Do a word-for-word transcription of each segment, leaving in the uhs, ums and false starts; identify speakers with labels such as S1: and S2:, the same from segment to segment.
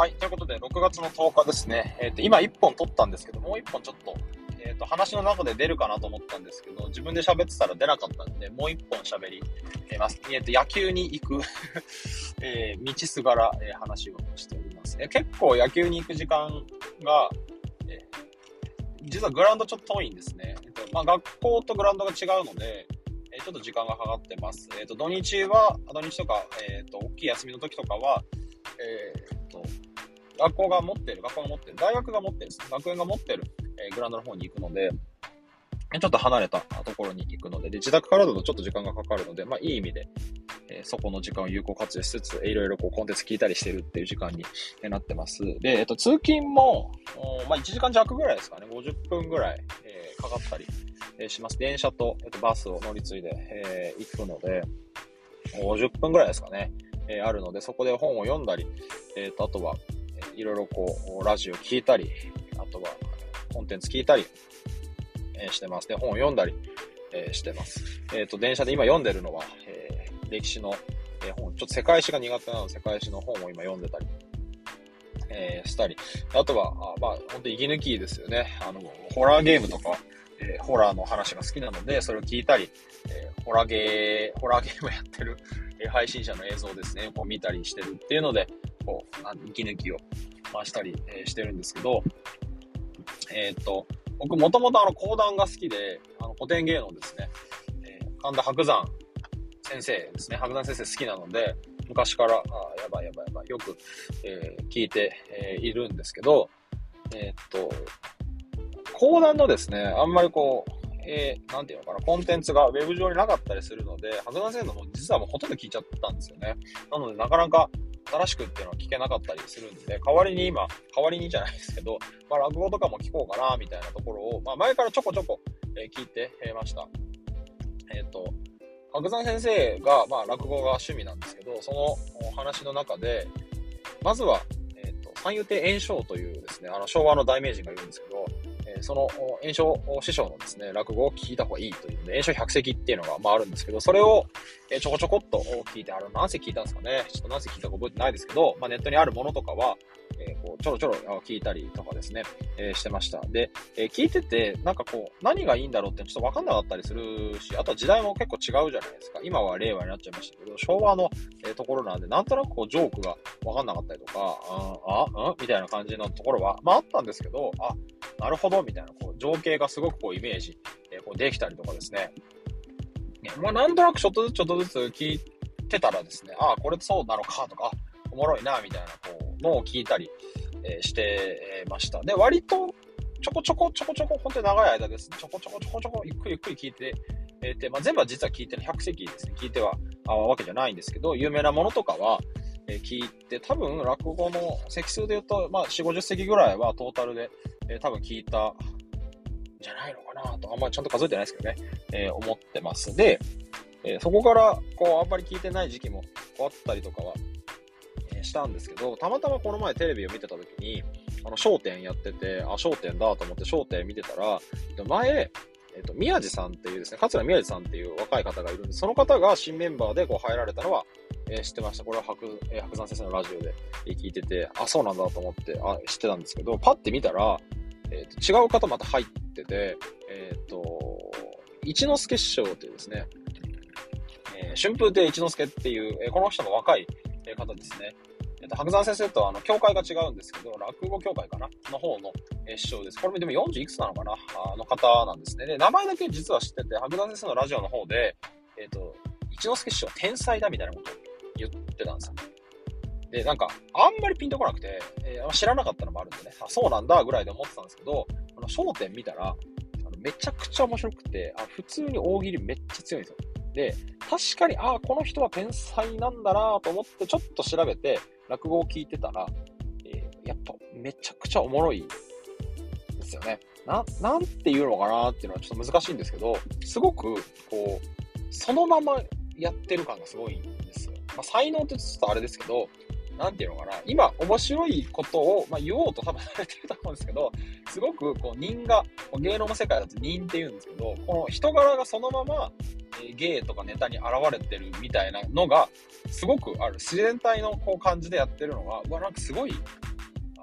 S1: はい、ということでろくがつのとおかですね。えっと、今いっぽん撮ったんですけど、もういっぽんちょっと、えっと、話の中で出るかなと思ったんですけど、自分で喋ってたら出なかったんで、もういっぽん喋ります。えっと、野球に行く、えー、道すがら、えー、話をしております。えー、結構野球に行く時間が、えー、実はグラウンドちょっと遠いんですね。えっと、まあ、学校とグラウンドが違うので、えー、ちょっと時間がかかってます。えっと、土日は、土日とか、えっと、大きい休みの時とかは、えー、っと、学校が持ってる、学校が持ってる、大学が持ってる、学園が持ってる、えー、グラウンドの方に行くので、ちょっと離れたところに行くので、で、自宅からだとちょっと時間がかかるので、まあいい意味で、えー、そこの時間を有効活用しつつ、いろいろこうコンテンツ聞いたりしてるっていう時間になってます。で、えっと、通勤も、まあいちじかん弱ぐらいですかね、ごじゅっぷんぐらい、えー、かかったり、えー、します。電車と、えっと、バスを乗り継いで、えー、行くので、ごじゅっぷんぐらいですかね、えー、あるので、そこで本を読んだり、えっと、あとは、いろいろこう、ラジオ聞いたり、あとは、コンテンツ聞いたり、えー、してます。で、本を読んだり、えー、してます。えっと、電車で今読んでるのは、えー、歴史の、えー、本、ちょっと世界史が苦手なので、世界史の本を今読んでたり、えー、したり。あとは、あまあ、本当に息抜きですよね。あの、ホラーゲームとか、えー、ホラーの話が好きなので、それを聞いたり、えー、ホラーゲー、ホラーゲームやってる、えー、配信者の映像ですね、こう見たりしてるっていうので、こう、息抜きを回したり、えー、してるんですけど、えー、っと、僕もともとあの講談が好きで、あの古典芸能ですね、えー、神田伯山先生ですね、伯山先生好きなので、昔から、あやばいやばいやばい、よく、えー、聞いて、えー、いるんですけど、えー、っと、講談のですね、あんまりこう、えー、なんていうのかな、コンテンツがウェブ上になかったりするので、伯山先生のも実はもうほとんど聞いちゃったんですよね。なので、なかなか新しくっていうのは聞けなかったりするんで、代わりに今、代わりにじゃないですけど、まあ、落語とかも聞こうかな、みたいなところを、まあ、前からちょこちょこ、えー、聞いてました。えっと、伯山先生が、まあ、落語が趣味なんですけど、そのお話の中で、まずは、えっと、三遊亭圓生というですね、あの、昭和の大名人がいるんですけど、えー、その圓生師匠のですね、落語を聞いた方がいいというので、圓生百席っていうのが、まあ、あるんですけど、それを、えー、ちょこちょこっと聞いて、あの、何世聞いたんですかね、ちょっと何世聞いたか覚えてないですけど、まあ、ネットにあるものとかは、えー、こうちょろちょろ聞いたりとかですね、えー、してました。で、えー、聞いてて、なんかこう、何がいいんだろうってちょっとわかんなかったりするし、あとは時代も結構違うじゃないですか。今は令和になっちゃいましたけど、昭和の、えー、ところなんで、なんとなくこう、ジョークがわかんなかったりとか、あ、あ、んみたいな感じのところは、まああったんですけど、あ、なるほど、みたいな、こう、情景がすごくこう、イメージ、えー、こうできたりとかですね。まあなんとなくちょっとずつちょっとずつ聞いてたらですね、あ、これそうなのかとか、おもろいな、みたいな、こう、のを聞いたり、えー、してました。で、割と、ちょこちょこちょこちょこ、本当に長い間ですね、ちょこちょこちょこちょこ、ゆっくりゆっくり聞いて、えー、て、まあ、全部は実は聞いてる、ひゃく席ですね、聞いては、あわけじゃないんですけど、有名なものとかは、えー、聞いて、多分、落語の席数で言うと、まあ、よん、ごじゅっ席ぐらいはトータルで、えー、多分聞いた、じゃないのかなと、あんまりちゃんと数えてないですけどね、えー、思ってます。で、えー、そこから、こう、あんまり聞いてない時期もあったりとかは、したんですけど、たまたまこの前テレビを見てた時に、あの、笑点やってて、あ、笑点だと思って笑点見てたら、前、えっと、宮地さんっていうですね、桂宮地さんっていう若い方がいるんで、その方が新メンバーでこう入られたのは、えー、知ってました。これは白、えー、白山先生のラジオで聞いてて、あ、そうなんだと思って、あ、知ってたんですけど、パッて見たら、えっと、違う方また入ってて、えっと、一之輔師匠っていうですね、えー、春風亭一之輔っていう、えー、この人も若い方ですね。えっと、白山先生とあの、教会が違うんですけど、落語協会かなの方の、えー、師匠です。これもでもよんじゅういくつなのかなあの方なんですね。で、名前だけ実は知ってて、白山先生のラジオの方で、えっと、一之輔師匠天才だみたいなことを言ってたんですよ。で、なんか、あんまりピンとこなくて、えー、知らなかったのもあるんでね、あ、そうなんだぐらいで思ってたんですけど、この笑点見たら、あのめちゃくちゃ面白くて、あ、普通に大喜利めっちゃ強いんですよ。で、確かに、ああ、この人は天才なんだなと思ってちょっと調べて落語を聞いてたら、えー、やっぱめちゃくちゃおもろいですよね。な、なんていうのかなっていうのはちょっと難しいんですけど、すごく、こう、そのままやってる感がすごいんですよ。まあ、才能ってちょっとあれですけど、なんていうのかな、今面白いことを、まあ、言おうと多分されてると思うんですけど、すごくこう人が、芸能の世界だと人って言うんですけど、この人柄がそのまま、えー、芸とかネタに現れてるみたいなのが、すごくある。自然体のこう感じでやってるのが、うわ、なんかすごい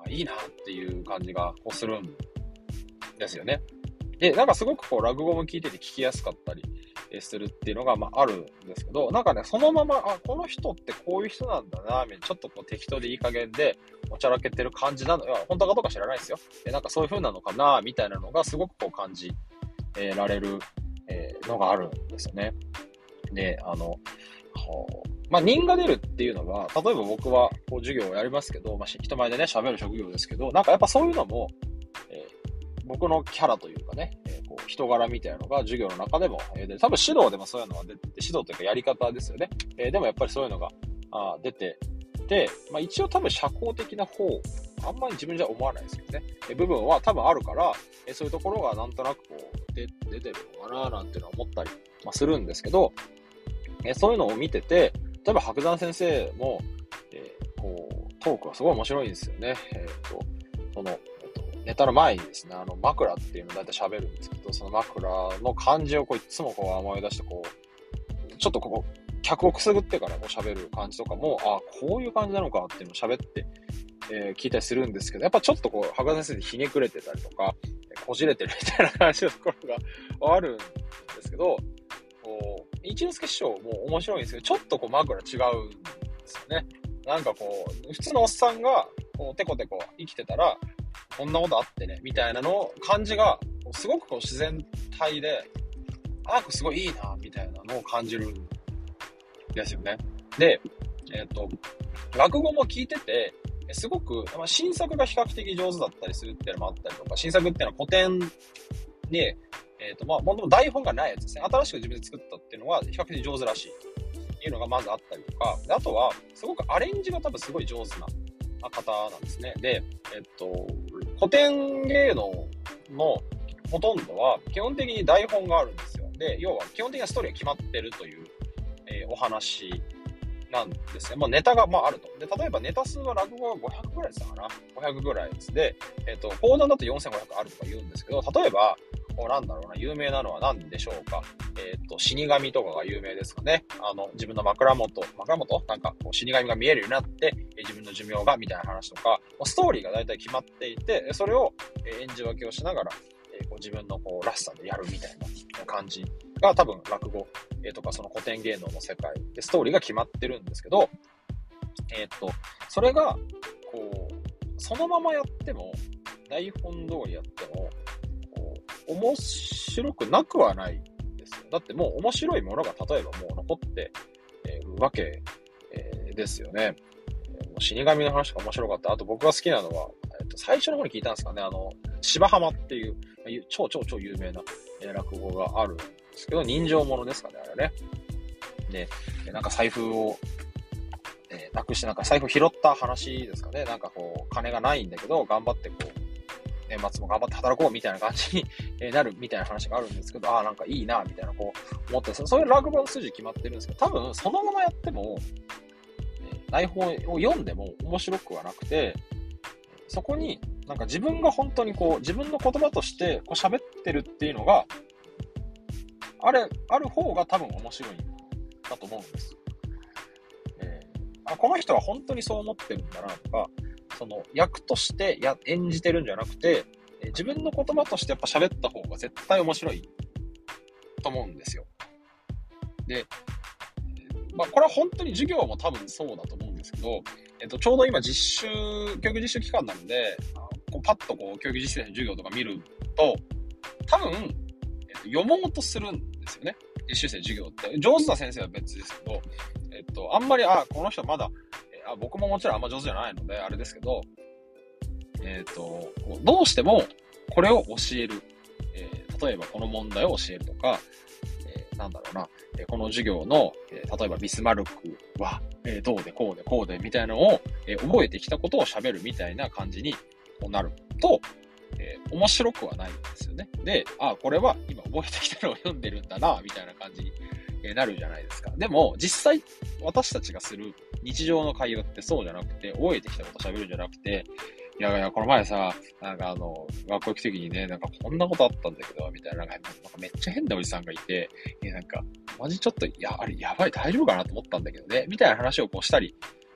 S1: いいなっていう感じがこうするんですよね。で、なんかすごくこう、落語も聞いてて聞きやすかったりするっていうのが、まあ、あるんですけど、なんかね、そのまま、あ、この人ってこういう人なんだな、みたいな、ちょっとこう適当でいい加減で、おちゃらけてる感じなの、いや、本当かどうか知らないですよ。で、なんかそういう風なのかな、みたいなのがすごくこう感じ、えー、られる、えー、のがあるんですよね。で、あの、まあ、人が出るっていうのは、例えば僕はこう授業をやりますけど、まあ、人前でね、喋る職業ですけど、なんかやっぱそういうのも、えー僕のキャラというかね、えー、こう人柄みたいなのが授業の中でも、えー、で多分指導でもそういうのが出てて、指導というかやり方ですよね。えー、でもやっぱりそういうのがあ出てて、まあ、一応多分社交的な方、あんまり自分じゃ思わないですけどね、えー、部分は多分あるから、えー、そういうところがなんとなくこうで出てるのかななんていうのは思ったり、まあ、するんですけど、えー、そういうのを見てて、例えば白山先生も、えー、こうトークはすごい面白いんですよね。えー、とそのネタの前にですね、あの枕っていうのをだいたい喋るんですけど、その枕の漢字をこういつもこう思い出して、こう、ちょっとここ、客をくすぐってからこう喋る感じとかも、あ、こういう感じなのかっていうのを喋って、えー、聞いたりするんですけど、やっぱちょっとこう、博士先生にひねくれてたりとか、こじれてるみたいな感じのところがあるんですけど、こう、一之輔師匠も面白いんですけど、ちょっとこう枕違うんですよね。なんかこう、普通のおっさんが、こう、テコテコ生きてたら、こんなことあってね、みたいなの感じが、すごくこう自然体で、あーすごいいいな、みたいなのを感じるんですよね。で、えっと、落語も聞いてて、すごく、まあ、新作が比較的上手だったりするっていうのもあったりとか、新作っていうのは古典で、えっと、まあ、もともと台本がないやつですね。新しく自分で作ったっていうのは比較的上手らしいっていうのがまずあったりとか、あとは、すごくアレンジが多分すごい上手な方なんですね。で、えっと、古典芸能のほとんどは基本的に台本があるんですよ。で、要は基本的なストーリーが決まってるという、えー、お話なんですね。まあネタがまああると。で、例えばネタ数は落語はごひゃくぐらいですかな。ごひゃくぐらいです。で、えっと、講談だとよんせんごひゃくあるとか言うんですけど、例えば、こうなんだろうな、有名なのは何でしょうか。えっと、死神とかが有名ですかね。あの、自分の枕元、枕元なんかこう死神が見えるようになって、え自分の寿命がみたいな話とか、ストーリーが大体決まっていて、それを演じ分けをしながら、えこう自分のこうらしさでやるみたいな感じが多分落語、えー、とかその古典芸能の世界でストーリーが決まってるんですけど、えっと、それが、こう、そのままやっても、台本通りやっても、こう、面白くなくはないですよ。だってもう面白いものが例えばもう残っているわけ、えー、ですよね。死神の話が面白かった。あと僕が好きなのは、えっと、最初の方に聞いたんですかね、あの、芝浜っていう、超超超有名な、えー、落語があるんですけど、人情ものですかね、あれね。で、なんか財布を、えー、なくして、なんか財布拾った話ですかね。なんかこう、金がないんだけど、頑張ってこう、年末も頑張って働こうみたいな感じになるみたいな話があるんですけど、ああ、なんかいいな、みたいなこう、思って、そういう落語の筋決まってるんですけど、多分そのままやっても、台本を読んでも面白くはなくて、そこになんか自分が本当にこう自分の言葉としてこう喋ってるっていうのがあれある方が多分面白いんだと思うんです。えー、あこの人は本当にそう思ってるんだなとか、その役としてや演じてるんじゃなくて、えー、自分の言葉としてやっぱ喋った方が絶対面白いと思うんですよ。で、まあ、これは本当に授業も多分そうだと思うんですけど、えっと、ちょうど今実習、教育実習期間なので、こうパッとこう教育実習の授業とか見ると、多分、えっと、読もうとするんですよね。実習生の授業って。上手な先生は別ですけど、えっと、あんまり、あ、この人まだ、あ僕ももちろんあんま上手じゃないので、あれですけど、えっと、どうしてもこれを教える。えー、例えばこの問題を教えるとか、なんだろうな、この授業の、例えばビスマルクは、どうでこうでこうでみたいなのを覚えてきたことを喋るみたいな感じになると、えー、面白くはないんですよね。で、あ、これは今覚えてきたのを読んでるんだな、みたいな感じになるじゃないですか。でも、実際、私たちがする日常の会話ってそうじゃなくて、覚えてきたことを喋るんじゃなくて、いやいや、この前さ、なんかあの、学校行くときにね、なんかこんなことあったんだけど、みたいな、なんかめっちゃ変なおじさんがいて、え、なんか、マジちょっと、いや、あれやばい、大丈夫かなと思ったんだけどね、みたいな話をこうしたり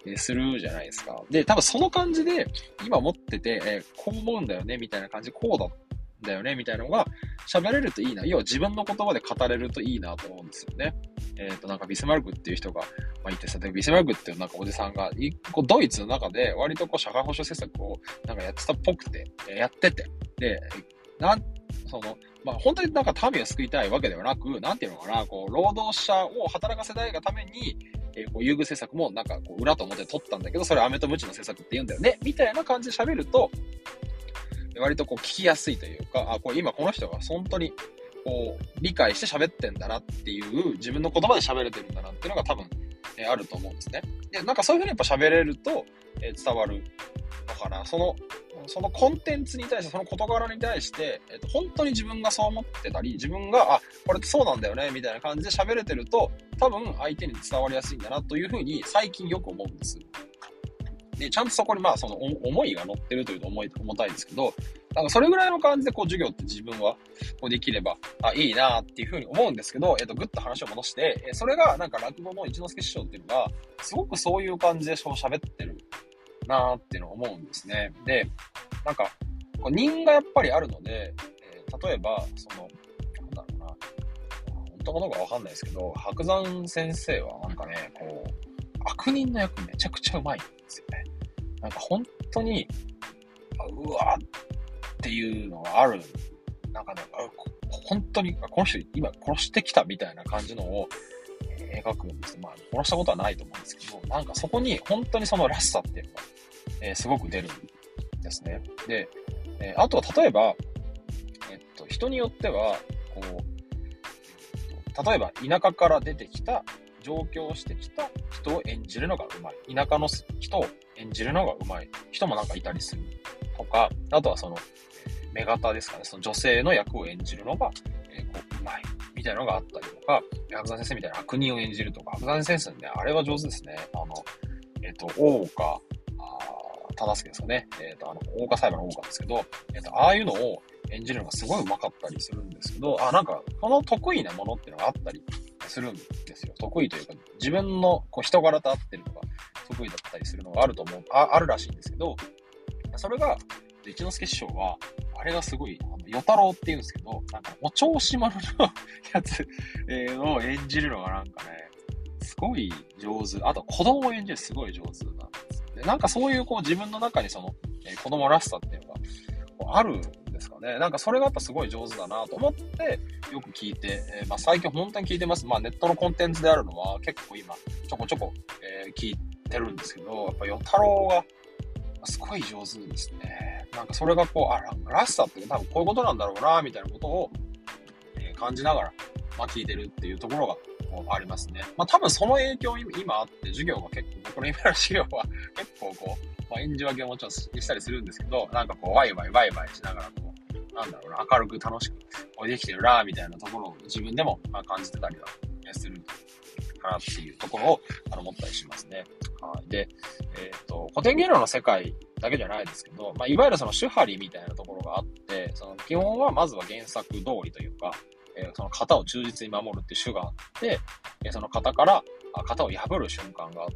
S1: えーするじゃないですか。で、多分その感じで、今持ってて、えーこう思うんだよね、みたいな感じ、こうだだよね、みたいなのが喋れるといいな。要は自分の言葉で語れるといいなと思うんですよね。えっ、と、なんかビスマルクっていう人が、まあ、いてさ、でビスマルクっていうなんかおじさんが、いこうドイツの中で割とこう社会保障政策をなんかやってたっぽくて、えーやってて、で、なん、その、まあ、本当になんか民を救いたいわけではなく、なんていうのかな、こう、労働者を働かせたいがために、えーこう優遇政策もなんかこう裏と表で取ったんだけど、それアメとムチの政策って言うんだよね、みたいな感じで喋ると、割とこう聞きやすいというか、あ、これ今この人が本当にこう理解して喋ってんだなっていう自分の言葉で喋れてるんだなっていうのが多分、えーあると思うんですね。で、なんかそういうふうにやっぱ喋れると、えー伝わるのかな。その、そのコンテンツに対して、その事柄に対して、えっと、本当に自分がそう思ってたり、自分が、あ、これってそうなんだよね、みたいな感じで喋れてると、多分相手に伝わりやすいんだなというふうに最近よく思うんです。で、ちゃんとそこにまあその思いが乗ってるというと重い、重たいですけど、なんかそれぐらいの感じでこう授業って自分はこうできれば、あ、いいなっていうふうに思うんですけど、えっと、ぐっと話を戻して、えそれがなんか落語の一之輔師匠っていうのが、すごくそういう感じでそう喋ってるなっていうのを思うんですね。で、なんか、こう人がやっぱりあるので、えー例えば、その、なんだろうな、本当かどうかわかんないですけど、白山先生はなんかね、こう、悪人の役めちゃくちゃうまいんですよね。なんか本当に、うわーっていうのがある。なんかね、本当に、この人今殺してきたみたいな感じのを、えー描くんです。まあ、殺したことはないと思うんですけど、なんかそこに本当にそのらしさっていうのが、えーすごく出るんですね。で、えーあとは例えば、えっと、人によっては、こう、例えば田舎から出てきた、上京してきた人を演じるのがうまい。田舎の人を演じるのがうまい人もなんかいたりするとか、あとはその、女型ですかね、その女性の役を演じるのが、えーこう、うまい。みたいなのがあったりとか、白山先生みたいな悪人を演じるとか、白山先生ね、あれは上手ですね。あの、えっと、大岡、忠相ですかね。えっと、あの、大岡裁判の大岡ですけど、えっと、ああいうのを演じるのがすごい上手かったりするんですけど、あ、なんか、この得意なものっていうのがあったりするんですよ。得意というか、自分のこう人柄と合ってるのが得意だったりするのがあると思う、あ、あるらしいんですけど、それが、一之輔師匠は、あれがすごい、あの、与太郎って言うんですけど、なんか、お調子者のやつ、えーを演じるのがなんかね、すごい上手。あと、子供を演じるすごい上手なんですよね。なんかそういうこう自分の中にその、えー子供らしさっていうのがこうあるんですかね。なんかそれがやっぱすごい上手だなと思って、よく聞いて、えーまあ最近本当に聞いてます。まあネットのコンテンツであるのは結構今、ちょこちょこ、えー聞いてるんですけど、やっぱ与太郎がすごい上手ですね。なんかそれがこう、あ、なんからしさって多分こういうことなんだろうな、みたいなことを、えー感じながら、まあ聞いてるっていうところがこうありますね。まあ多分その影響今あって、授業が結構、僕の今の授業は結構こう、まあ演じ分けももちろんしたりするんですけど、なんかこう、ワイワイワイワイしながらこう、なんだろうな、明るく楽しくこうできてるな、みたいなところを自分でもまあ感じてたりはするかなっていうところをあの思ったりしますね。はい。で、えっと、古典芸能の世界だけじゃないですけど、まあ、いわゆるその手張りみたいなところがあって、その基本はまずは原作通りというか、えーその型を忠実に守るっていう種があって、えーその型から、あ型を破る瞬間があって、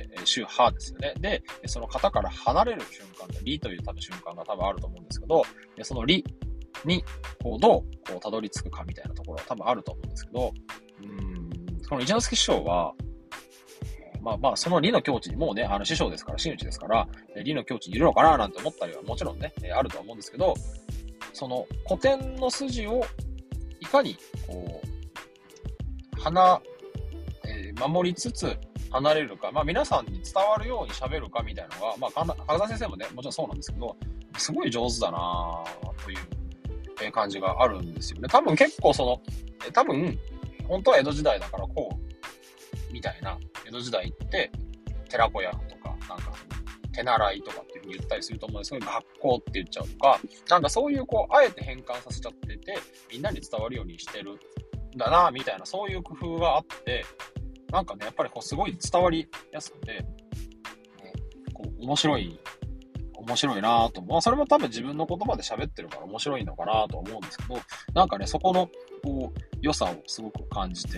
S1: えー種派ですよね。で、その型から離れる瞬間で、理という多分瞬間が多分あると思うんですけど、でその理に、こう、どう、こう、たどり着くかみたいなところは多分あると思うんですけど、うーん、この一之輔師匠は、まあまあ、その理の境地に、もうね、あの師匠ですから、真打ちですから、理の境地にいるのかななんて思ったりはもちろんね、あると思うんですけど、その古典の筋をいかに、こう、離、えー守りつつ離れるか、まあ皆さんに伝わるように喋るかみたいなのが、まあ、神田先生もね、もちろんそうなんですけど、すごい上手だなという感じがあるんですよね。多分結構その、多分、本当は江戸時代だからこう、みたいな、江戸時代って、寺子屋とか、なんか、手習いとかっていう風に言ったりすると思うんですけど、学校って言っちゃうとか、なんかそういうこう、あえて変換させちゃってて、みんなに伝わるようにしてるんだな、みたいな、そういう工夫があって、なんかね、やっぱりこう、すごい伝わりやすくて、ね、こう、面白い、面白いなぁと。まあ、それも多分自分の言葉で喋ってるから面白いのかなと思うんですけど、なんかね、そこの、こう、良さをすごく感じて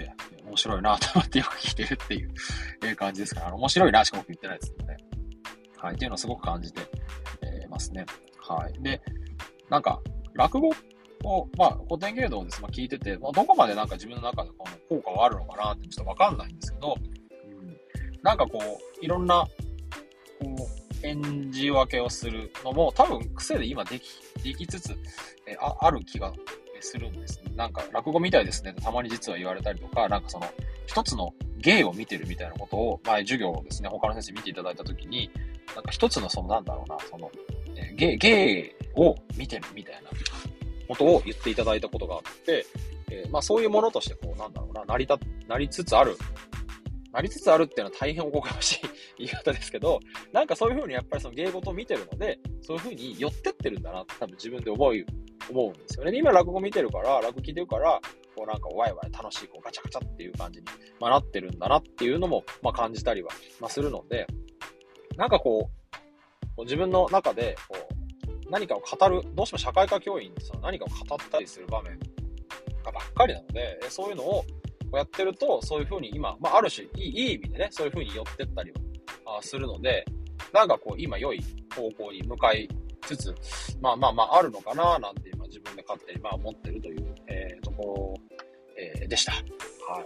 S1: 面白いなと思ってよく聞いてるっていう、えー、感じですから、あの面白いなしか僕言ってないですので、はい、っていうのをすごく感じて、えー、ますね。はい。で、なんか、落語を、まあ、古典芸能です。まあ、聞いてて、まあ、どこまでなんか自分の中でこの効果があるのかなってちょっとわかんないんですけど、うん、なんかこう、いろんな、こう、演じ分けをするのも、多分癖で今でき、できつつ、えー、あ、ある気がするんですね。なんか、落語みたいですねってたまに実は言われたりとか、なんかその、一つの芸を見てるみたいなことを、前授業をですね、他の先生見ていただいたときに、なんか一つのその、なんだろうな、その、えー、芸、芸を見てるみたいなことを言っていただいたことがあって、えー、まあそういうものとしてこうなんだろうな、成り立、なりつつある、なりつつあるっていうのは大変おこがましい言い方ですけど、なんかそういうふうにやっぱりその芸事を見てるので、そういうふうに寄ってってるんだなって多分自分で思う、思うんですよね。で今落語見てるから、落語聞いてるから、こうなんかワイワイ楽しい、こうガチャガチャっていう感じに、まあ、なってるんだなっていうのも、まあ感じたりは、まあ、するので、なんかこう、自分の中で、こう、何かを語る、どうしても社会科教員ってその何かを語ったりする場面がばっかりなので、そういうのをやってると、そういう風に今、まあある種いい、いい意味でね、そういう風に寄ってったりはするので、なんかこう今良い方向に向かいつつ、まあまあまああるのかななんて今自分で勝手にまあ思ってるという、えー、ところ、えー、でした。はい。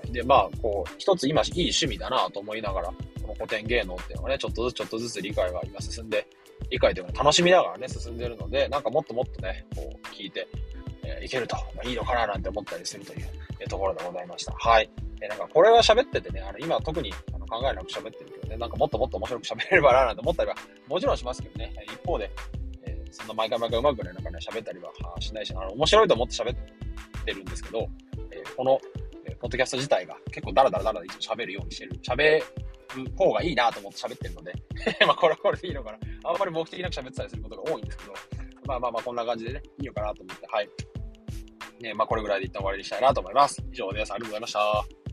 S1: で、まあこう、一つ今いい趣味だなと思いながら、この古典芸能っていうのがね、ちょっとずつちょっとずつ理解が今進んで、理解というのを楽しみながらね、進んでるので、なんかもっともっとね、こう、聞いて、えー、いけると、まあ、いいのかななんて思ったりするという、えー、ところでございました。はい。えー、なんかこれは喋っててね、あの、今特にあの考えなく喋ってるけどね、なんかもっともっと面白く喋れればななんて思ったりは、もちろんしますけどね、一方で、えー、そんな毎回毎回うまくね、なんかね、喋ったりはしないし、あの、面白いと思って喋ってるんですけど、えー、この、えー、ポッドキャスト自体が結構ダラダラダラダラいつも喋るようにしてる。喋る方がいいなと思って喋ってるので、まあこれはこれでいいのかな。あんまり目的なく喋ってたりすることが多いんですけど、まあまあまあこんな感じでね、いいのかなと思って、はい。ね、まあこれぐらいで一旦終わりにしたいなと思います。以上です。ありがとうございました。